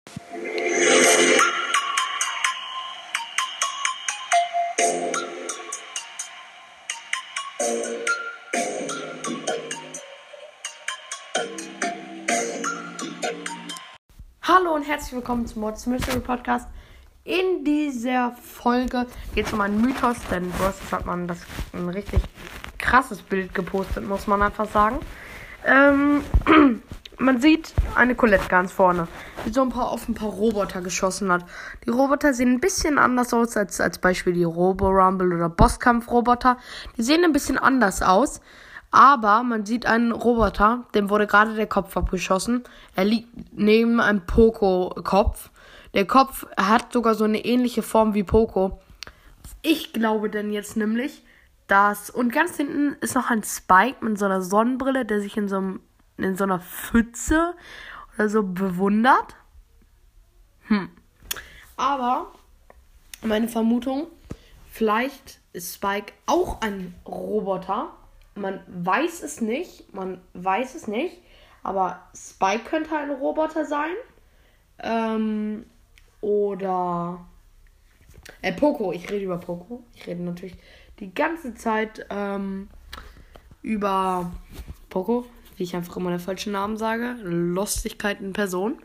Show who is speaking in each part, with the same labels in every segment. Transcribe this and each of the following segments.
Speaker 1: Hallo und herzlich willkommen zum Mods Mystery Podcast. In dieser Folge geht es um einen Mythos, denn Bros hat man ein richtig krasses Bild gepostet, muss man einfach sagen. Man sieht eine Colette ganz vorne, die so auf ein paar Roboter geschossen hat. Die Roboter sehen ein bisschen anders aus als Beispiel die Robo-Rumble oder Bosskampf-Roboter. Die sehen ein bisschen anders aus. Aber man sieht einen Roboter, dem wurde gerade der Kopf abgeschossen. Er liegt neben einem Poco-Kopf. Der Kopf hat sogar so eine ähnliche Form wie Poco. Ich glaube denn jetzt nämlich, dass... Und ganz hinten ist noch ein Spike mit so einer Sonnenbrille, der sich in so einer Pfütze oder so bewundert. Aber meine Vermutung, vielleicht ist Spike auch ein Roboter. Man weiß es nicht, aber Spike könnte ein Roboter sein. Oder Poco, ich rede über Poco. Ich rede natürlich die ganze Zeit über Poco, wie ich einfach immer den falschen Namen sage. Lustigkeit in Person.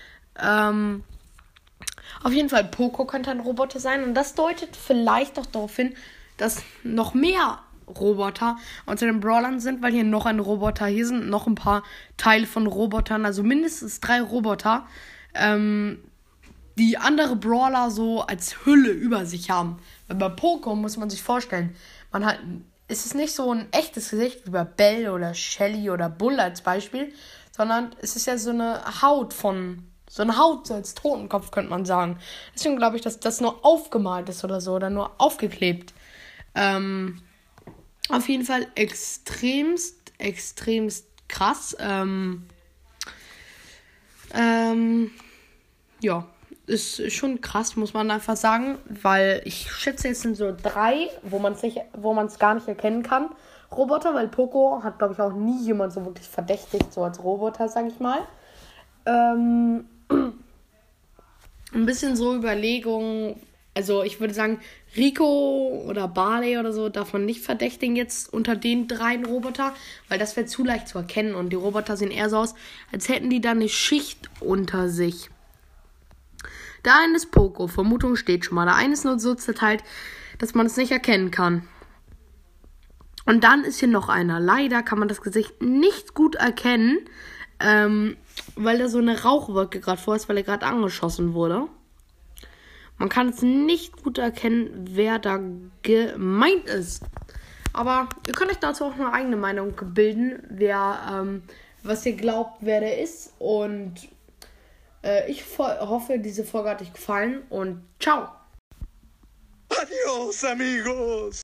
Speaker 1: Auf jeden Fall, Poco könnte ein Roboter sein. Und das deutet vielleicht auch darauf hin, dass noch mehr Roboter unter den Brawlern sind, weil hier noch ein Roboter, hier sind noch ein paar Teile von Robotern, also mindestens 3 Roboter, die andere Brawler so als Hülle über sich haben. Weil bei Poco muss man sich vorstellen, es ist nicht so ein echtes Gesicht wie bei Belle oder Shelly oder Bull als Beispiel, sondern es ist ja so eine Haut so als Totenkopf, könnte man sagen. Deswegen glaube ich, dass das nur aufgemalt ist oder so, oder nur aufgeklebt. Auf jeden Fall extremst krass. Ja, ist schon krass, muss man einfach sagen, weil ich schätze, es sind so 3, wo man es gar nicht erkennen kann, Roboter, weil Poco hat, glaube ich, auch nie jemand so wirklich verdächtigt, so als Roboter, sag ich mal. Ein bisschen so Überlegungen. Also ich würde sagen, Rico oder Barley oder so darf man nicht verdächtigen jetzt unter den 3 Roboter, weil das wäre zu leicht zu erkennen und die Roboter sehen eher so aus, als hätten die da eine Schicht unter sich. Der eine ist Poco, Vermutung steht schon mal. Der eine ist nur so zerteilt, dass man es nicht erkennen kann. Und dann ist hier noch einer. Leider kann man das Gesicht nicht gut erkennen, weil da so eine Rauchwolke gerade vor ist, weil er gerade angeschossen wurde. Man kann es nicht gut erkennen, wer da gemeint ist. Aber ihr könnt euch dazu auch eine eigene Meinung bilden, was ihr glaubt, wer der ist. Und ich hoffe, diese Folge hat euch gefallen. Und ciao.
Speaker 2: Adios, amigos.